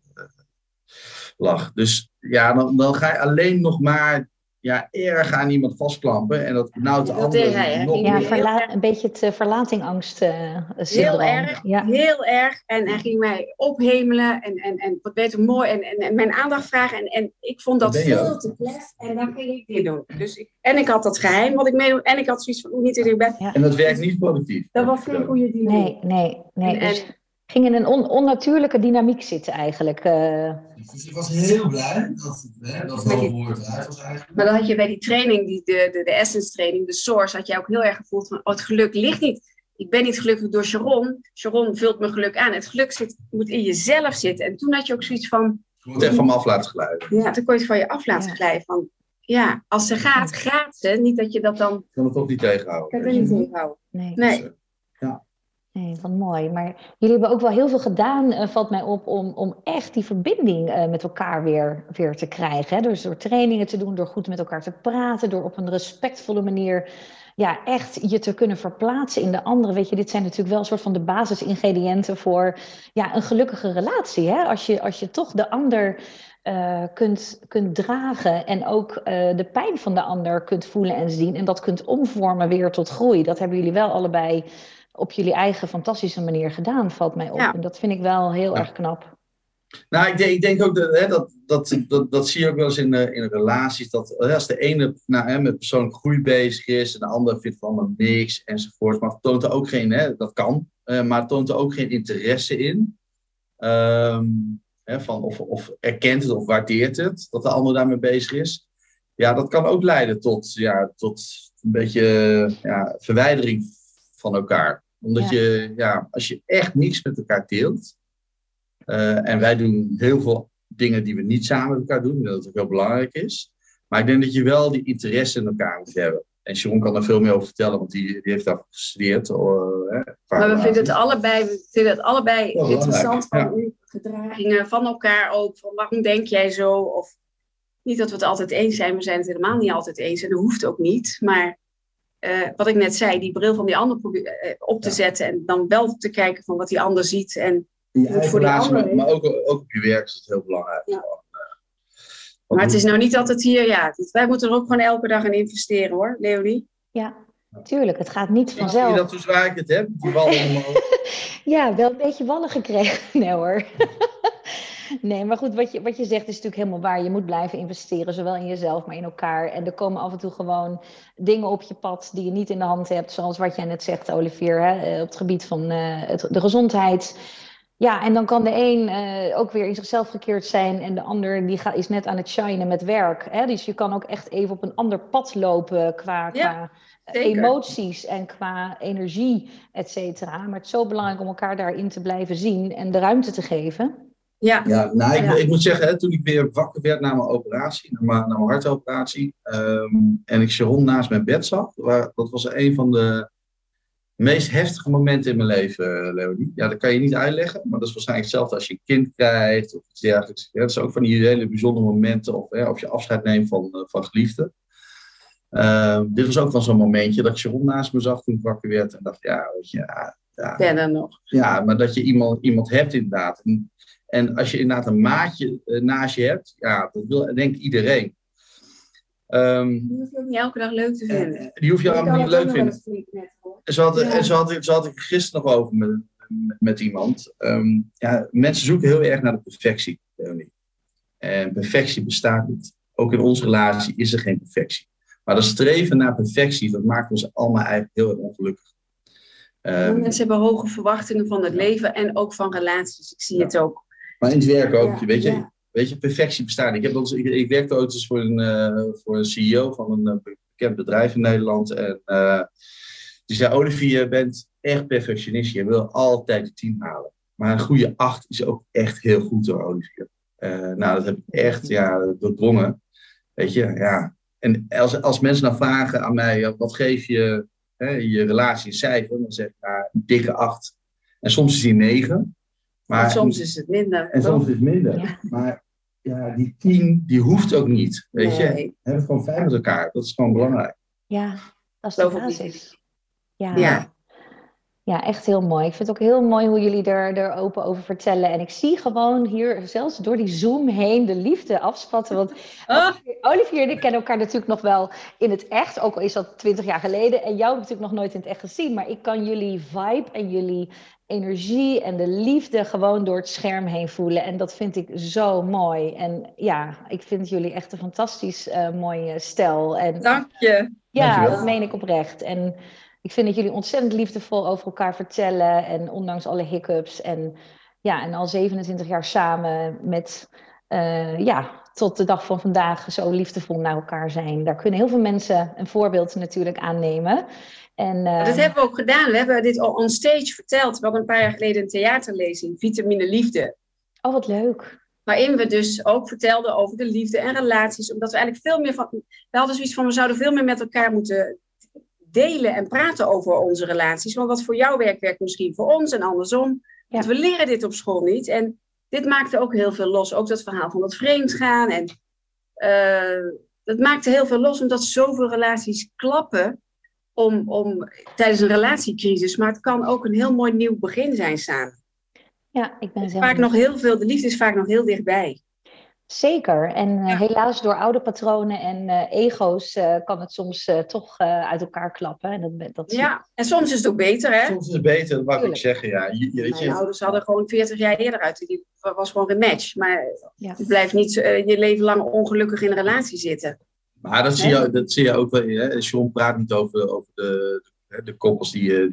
lag. Dus ja, dan ga je alleen nog maar erg aan iemand vastklampen. En dat benauwt de dat andere deed hij, hè? nog Ja, meer. een beetje het verlatingangst syndroom. Heel erg. En hij ging mij ophemelen en wat beter mooi en mijn aandacht vragen. En ik vond dat veel te klef. En dan ging ik dit doen. Dus ik had dat geheim wat ik meedoen. En ik had zoiets van, niet in bed. Ja. En dat werkt niet productief. Dat was geen goede dynamiek. Nee. Dus ging in een onnatuurlijke dynamiek zitten eigenlijk. Dus ik was heel blij dat het wel woord uit was eigenlijk. Maar dan had je bij die training, de Essence training, de Source, had jij ook heel erg gevoeld van, het geluk ligt niet. Ik ben niet gelukkig door Sharon. Sharon vult mijn geluk aan. Het geluk moet in jezelf zitten. En toen had je ook zoiets van... Je moet het echt van me af laten glijden. Ja, toen kon je het van je af laten glijden. Van, ja, als ze gaat ze. Niet dat je dat dan... Ik kan het toch niet tegenhouden. Ik kan het niet tegenhouden. Nee. Nee, wat mooi. Maar jullie hebben ook wel heel veel gedaan, valt mij op, om echt die verbinding met elkaar weer te krijgen. Hè? Dus door trainingen te doen, door goed met elkaar te praten, door op een respectvolle manier echt je te kunnen verplaatsen in de andere. Weet je, dit zijn natuurlijk wel een soort van de basisingrediënten voor een gelukkige relatie. Hè? Als je toch de ander kunt dragen en ook de pijn van de ander kunt voelen en zien en dat kunt omvormen weer tot groei. Dat hebben jullie wel allebei op jullie eigen fantastische manier gedaan, valt mij op. Ja. En dat vind ik wel heel erg knap. Nou, ik denk ook dat zie je ook wel eens in relaties. Dat als de ene met persoonlijke groei bezig is en de ander vindt van allemaal niks enzovoort. Maar toont er ook geen, dat kan, maar toont er ook geen interesse in. Van of erkent het of waardeert het dat de ander daarmee bezig is. Ja, dat kan ook leiden tot een beetje verwijdering van elkaar. Omdat als je echt niks met elkaar deelt. En wij doen heel veel dingen die we niet samen met elkaar doen. Dat het ook heel belangrijk is. Maar ik denk dat je wel die interesse in elkaar moet hebben. En Sharon kan er veel meer over vertellen. Want die heeft daarvoor gestudeerd. Maar we vinden het allebei interessant. Van uw gedragingen van elkaar ook. Van waarom denk jij zo? Of niet dat we het altijd eens zijn. We zijn het helemaal niet altijd eens. En dat hoeft ook niet. Maar... wat ik net zei, die bril van die ander op te zetten en dan wel te kijken van wat die ander ziet. En voor die ander, maar ook op je werk is het heel belangrijk. Ja. Maar het is nou niet altijd hier, wij moeten er ook gewoon elke dag in investeren hoor, Leonie. Ja, tuurlijk, het gaat niet vanzelf. Zie je dat hoe zwaar ik het heb, die ballen omhoog? Ja, wel een beetje wallen gekregen. Nee hoor. Nee, maar goed, wat je zegt is natuurlijk helemaal waar. Je moet blijven investeren, zowel in jezelf, maar in elkaar. En er komen af en toe gewoon dingen op je pad die je niet in de hand hebt. Zoals wat jij net zegt, Olivier, hè, op het gebied van de gezondheid. Ja, en dan kan de een ook weer in zichzelf gekeerd zijn en de ander is net aan het shinen met werk. Hè? Dus je kan ook echt even op een ander pad lopen qua emoties en qua energie, et cetera. Maar het is zo belangrijk om elkaar daarin te blijven zien en de ruimte te geven. Ik moet zeggen, toen ik weer wakker werd na mijn operatie, na mijn hartoperatie, en ik Sharon naast mijn bed zag, dat was een van de meest heftige momenten in mijn leven, Leonie. Ja, dat kan je niet uitleggen, maar dat is waarschijnlijk hetzelfde als je een kind krijgt of iets dergelijks. Ja, dat zijn ook van die hele bijzondere momenten of je afscheid neemt van geliefden. Dit was ook wel zo'n momentje dat ik Sharon naast me zag toen ik wakker werd en dacht, Ben er nog. Ja, maar dat je iemand hebt inderdaad. En als je inderdaad een maatje naast je hebt, dat wil denk ik iedereen. Die hoef je ook niet elke dag leuk te vinden. Die hoef je allemaal niet leuk te vinden. Zo had ik gisteren nog over met iemand. Mensen zoeken heel erg naar de perfectie. En perfectie bestaat niet. Ook in onze relatie is er geen perfectie. Maar dat streven naar perfectie, dat maakt ons allemaal eigenlijk heel erg ongelukkig. Mensen hebben hoge verwachtingen van het leven en ook van relaties. Ik zie het ook. Maar in het werk ook. Weet je, perfectie bestaat niet. Ik werkte ooit eens voor een CEO van een bekend bedrijf in Nederland. En die zei, Olivier, je bent echt perfectionist. Je wil altijd de 10 halen. Maar een goede 8 is ook echt heel goed hoor, Olivier. Dat heb ik echt doordrongen. Weet je, En als mensen dan vragen aan mij, wat geef je je relatie een cijfer? Dan zeg ik, een dikke 8. En soms is die 9. Maar en soms is het minder. En soms is het minder. Ja. Maar die team, die hoeft ook niet. Weet je, Nee. we hebben gewoon fijn met elkaar. Dat is gewoon belangrijk. Ja, dat is de Geloof ook basis. Ja. Ja. Ja, echt heel mooi. Ik vind het ook heel mooi hoe jullie er open over vertellen. En ik zie gewoon hier, zelfs door die Zoom heen, de liefde afspatten. Want Olivier en ik kennen elkaar natuurlijk nog wel in het echt. Ook al is dat 20 jaar geleden. En jou heb ik natuurlijk nog nooit in het echt gezien. Maar ik kan jullie vibe en jullie energie en de liefde gewoon door het scherm heen voelen. En dat vind ik zo mooi. En ja, ik vind jullie echt een fantastisch mooie stel. En Dank je. ja, Dankjewel. dat meen ik oprecht. En ik vind dat jullie ontzettend liefdevol over elkaar vertellen. En ondanks alle hiccups. En al 27 jaar samen met, tot de dag van vandaag zo liefdevol naar elkaar zijn. Daar kunnen heel veel mensen een voorbeeld natuurlijk aan nemen. En, Dat hebben we ook gedaan. We hebben dit al on stage verteld. We hadden een paar jaar geleden een theaterlezing, Vitamine Liefde. Oh, wat leuk. Waarin we dus ook vertelden over de liefde en relaties. Omdat we eigenlijk veel meer van... We hadden zoiets van, we zouden veel meer met elkaar moeten delen en praten over onze relaties. Want wat voor jou werkt, werkt misschien voor ons en andersom. Ja. Want we leren dit op school niet. En dit maakte ook heel veel los. Ook dat verhaal van dat vreemdgaan. En dat maakte heel veel los, omdat zoveel relaties klappen tijdens een relatiecrisis. Maar het kan ook een heel mooi nieuw begin zijn samen. Ja, ik ben De liefde is vaak nog heel dichtbij. Zeker. En helaas door oude patronen en ego's kan het soms toch uit elkaar klappen. En En soms is het ook beter, hè? Soms is het beter, dat mag ik zeggen. Ja. Mijn ouders hadden gewoon 40 jaar eerder uit. Die was gewoon een match. Maar je blijft niet je leven lang ongelukkig in een relatie zitten. Maar dat zie je ook wel. Hè? John praat niet over de koppels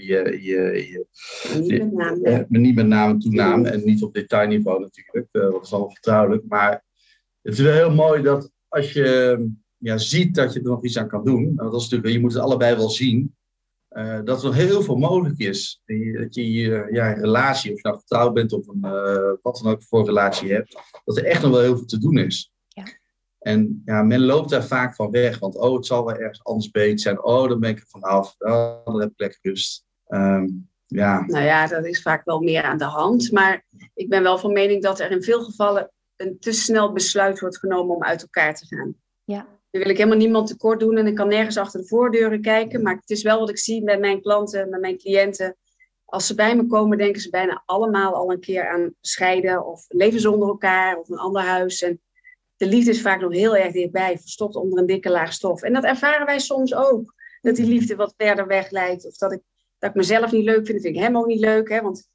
niet met naam en toenaam. En niet op detailniveau natuurlijk. Dat is allemaal vertrouwelijk. Maar het is wel heel mooi dat als je ziet dat je er nog iets aan kan doen. Dat is natuurlijk, je moet het allebei wel zien. Dat er nog heel veel mogelijk is. Dat je je relatie, of je nou getrouwd bent of wat dan ook voor relatie hebt. Dat er echt nog wel heel veel te doen is. Ja. En men loopt daar vaak van weg. Want het zal wel ergens anders beter zijn. Dan ben ik er vanaf. Dan heb ik lekker rust. Nou ja, dat is vaak wel meer aan de hand. Maar ik ben wel van mening dat er in veel gevallen een te snel besluit wordt genomen om uit elkaar te gaan. Ja. Dan wil ik helemaal niemand tekort doen en ik kan nergens achter de voordeuren kijken. Maar het is wel wat ik zie met mijn klanten, met mijn cliënten. Als ze bij me komen, denken ze bijna allemaal al een keer aan scheiden of leven zonder elkaar of een ander huis. En de liefde is vaak nog heel erg dichtbij, verstopt onder een dikke laag stof. En dat ervaren wij soms ook. Dat die liefde wat verder weg lijkt. Of dat ik mezelf niet leuk vind, vind ik hem ook niet leuk. Hè? Want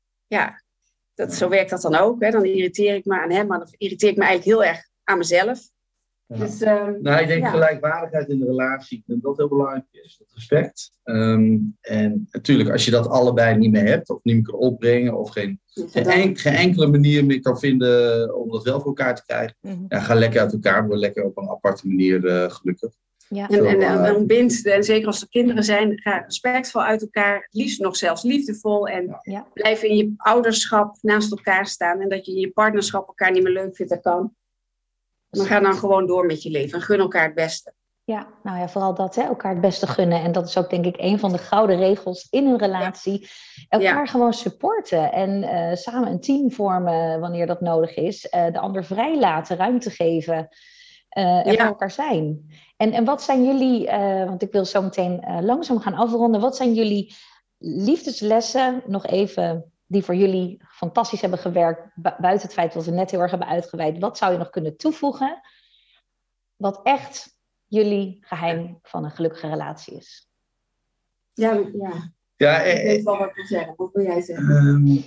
zo werkt dat dan ook. Hè? Dan irriteer ik me aan hem, maar dan irriteer ik me eigenlijk heel erg aan mezelf. Ja. Dus, ik denk gelijkwaardigheid in de relatie, dat dat heel belangrijk is. Dat respect. En natuurlijk, als je dat allebei niet meer hebt, of niet meer kan opbrengen, of geen enkele manier meer kan vinden om dat wel voor elkaar te krijgen, ga lekker uit elkaar, word lekker op een aparte manier gelukkig. Ja. En ontbind, en zeker als er kinderen zijn, ga respectvol uit elkaar, liefst nog zelfs liefdevol. En blijf in je ouderschap naast elkaar staan. En dat je in je partnerschap elkaar niet meer leuk vindt, dat kan. Maar ga dan gewoon door met je leven en gun elkaar het beste. Ja, vooral dat, elkaar het beste gunnen. En dat is ook denk ik een van de gouden regels in een relatie. Elkaar gewoon supporten en samen een team vormen wanneer dat nodig is. De ander vrij laten, ruimte geven. En voor elkaar zijn. En wat zijn jullie, want ik wil zo meteen langzaam gaan afronden. Wat zijn jullie liefdeslessen, nog even, die voor jullie fantastisch hebben gewerkt, buiten het feit dat we net heel erg hebben uitgeweid. Wat zou je nog kunnen toevoegen? Wat echt jullie geheim van een gelukkige relatie is? Ik weet wel wat ik wil zeggen. Wat wil jij zeggen?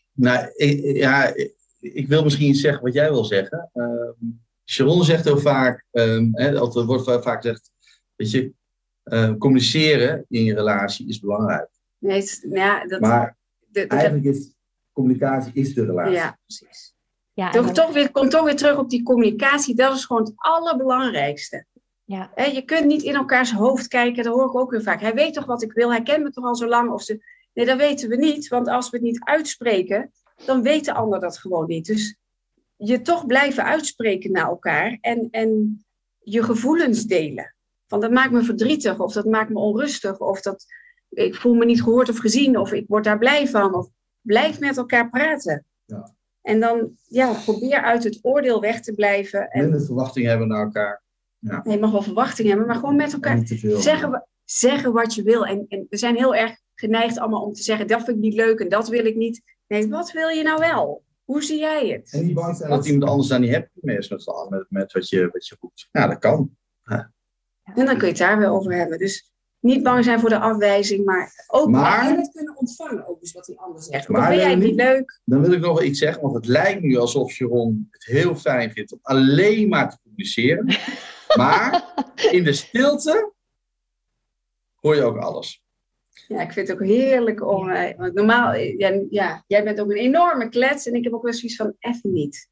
Ik wil misschien iets zeggen wat jij wil zeggen. Sharon zegt heel vaak, er wordt vaak gezegd, weet je, communiceren in je relatie is belangrijk. Maar eigenlijk is communicatie is de relatie. Ja, precies. Komt toch weer terug op die communicatie. Dat is gewoon het allerbelangrijkste. Ja. Je kunt niet in elkaars hoofd kijken, dat hoor ik ook weer vaak. Hij weet toch wat ik wil, hij kent me toch al zo lang. Nee, dat weten we niet, want als we het niet uitspreken, dan weet de ander dat gewoon niet. Dus je toch blijven uitspreken naar elkaar en je gevoelens delen. Van dat maakt me verdrietig, of dat maakt me onrustig, of ik voel me niet gehoord of gezien, of ik word daar blij van. Of blijf met elkaar praten. Ja. En dan probeer uit het oordeel weg te blijven. En Minder verwachting hebben naar elkaar. Ja. je mag wel verwachting hebben, maar gewoon met elkaar Niet te veel. zeggen wat je wil. En we zijn heel erg geneigd allemaal om te zeggen, dat vind ik niet leuk en dat wil ik niet. Nee, wat wil je nou wel? Hoe zie jij het? En niet bang zijn dat iemand anders daar niet happy mee is met wat je roept. Ja, dat kan. Ja. En dan kun je het daar weer over hebben. Dus niet bang zijn voor de afwijzing, maar ook en het kunnen ontvangen, ook dus wat die ander zegt. Maar ben jij niet leuk? Dan wil ik nog wel iets zeggen, want het lijkt nu alsof Sharon het heel fijn vindt om alleen maar te communiceren. Maar in de stilte hoor je ook alles. Ja, ik vind het ook heerlijk om... want normaal, jij bent ook een enorme klets en ik heb ook wel zoiets van, even niet.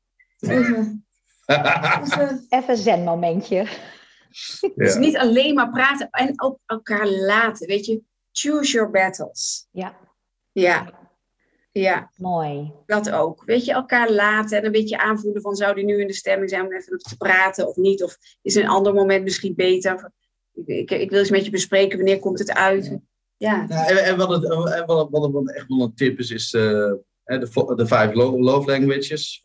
Even zen-momentje. Dus niet alleen maar praten en ook elkaar laten. Weet je, choose your battles. Ja, Mooi. dat ook. Weet je, elkaar laten en een beetje aanvoelen van, zou die nu in de stemming zijn om even te praten of niet? Of is een ander moment misschien beter? Ik wil eens met je bespreken, wanneer komt het uit? Ja. En wat echt wel een tip is de 5 love languages,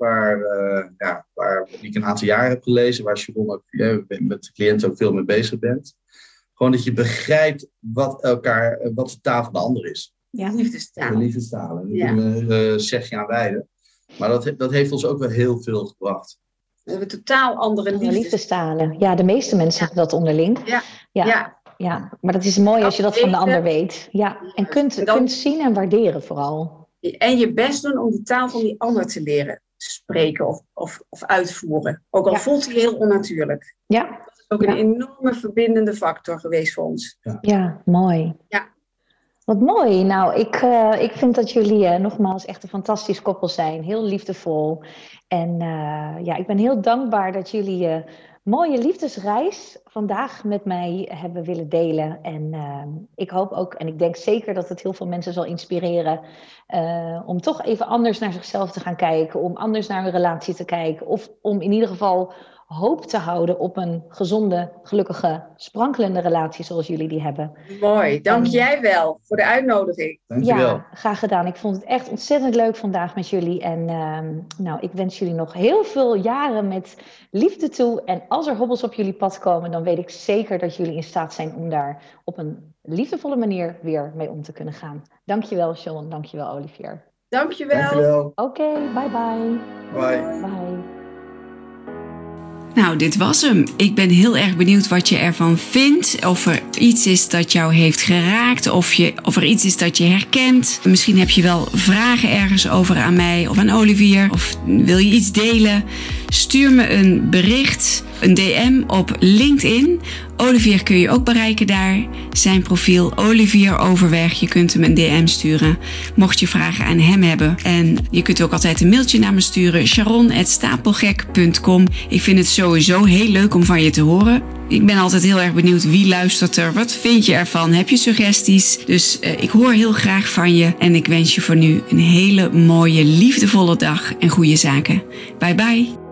die ik een aantal jaar heb gelezen, waar Sharon ook met de cliënten ook veel mee bezig bent. Gewoon dat je begrijpt wat de taal van de ander is. Ja. Liefdestaal. De liefdestalen. Daar kunnen we een zegje aan wijden. Maar dat heeft ons ook wel heel veel gebracht. We hebben totaal andere liefdestalen. Ja, de meeste mensen hebben dat onderling. Ja, maar dat is mooi als je dat van de ander weet. Ja, en kunt zien en waarderen vooral. En je best doen om de taal van die ander te leren spreken of uitvoeren. Ook al voelt hij heel onnatuurlijk. Ja. Dat is ook een enorme verbindende factor geweest voor ons. Ja, mooi. Ja. Wat mooi. Nou, ik vind dat jullie nogmaals echt een fantastisch koppel zijn. Heel liefdevol. En ik ben heel dankbaar dat jullie mooie liefdesreis vandaag met mij hebben willen delen. En ik hoop ook, en ik denk zeker dat het heel veel mensen zal inspireren, om toch even anders naar zichzelf te gaan kijken, om anders naar hun relatie te kijken, of om in ieder geval hoop te houden op een gezonde, gelukkige, sprankelende relatie zoals jullie die hebben. Mooi, dank jij wel voor de uitnodiging. Dank je wel. Ja, graag gedaan. Ik vond het echt ontzettend leuk vandaag met jullie. En ik wens jullie nog heel veel jaren met liefde toe. En als er hobbels op jullie pad komen, dan weet ik zeker dat jullie in staat zijn om daar op een liefdevolle manier weer mee om te kunnen gaan. Dankjewel, Sharon. Dankjewel, Olivier. Dankjewel. Oké, bye bye. Bye. Bye. Nou, dit was hem. Ik ben heel erg benieuwd wat je ervan vindt. Of er iets is dat jou heeft geraakt. Of er iets is dat je herkent. Misschien heb je wel vragen ergens over aan mij of aan Olivier. Of wil je iets delen? Stuur me een bericht, een DM op LinkedIn. Olivier kun je ook bereiken daar. Zijn profiel Olivier Overweg. Je kunt hem een DM sturen, mocht je vragen aan hem hebben. En je kunt ook altijd een mailtje naar me sturen. sharon@stapelgek.com. Ik vind het sowieso heel leuk om van je te horen. Ik ben altijd heel erg benieuwd wie luistert er. Wat vind je ervan? Heb je suggesties? Dus ik hoor heel graag van je. En ik wens je voor nu een hele mooie, liefdevolle dag en goede zaken. Bye bye.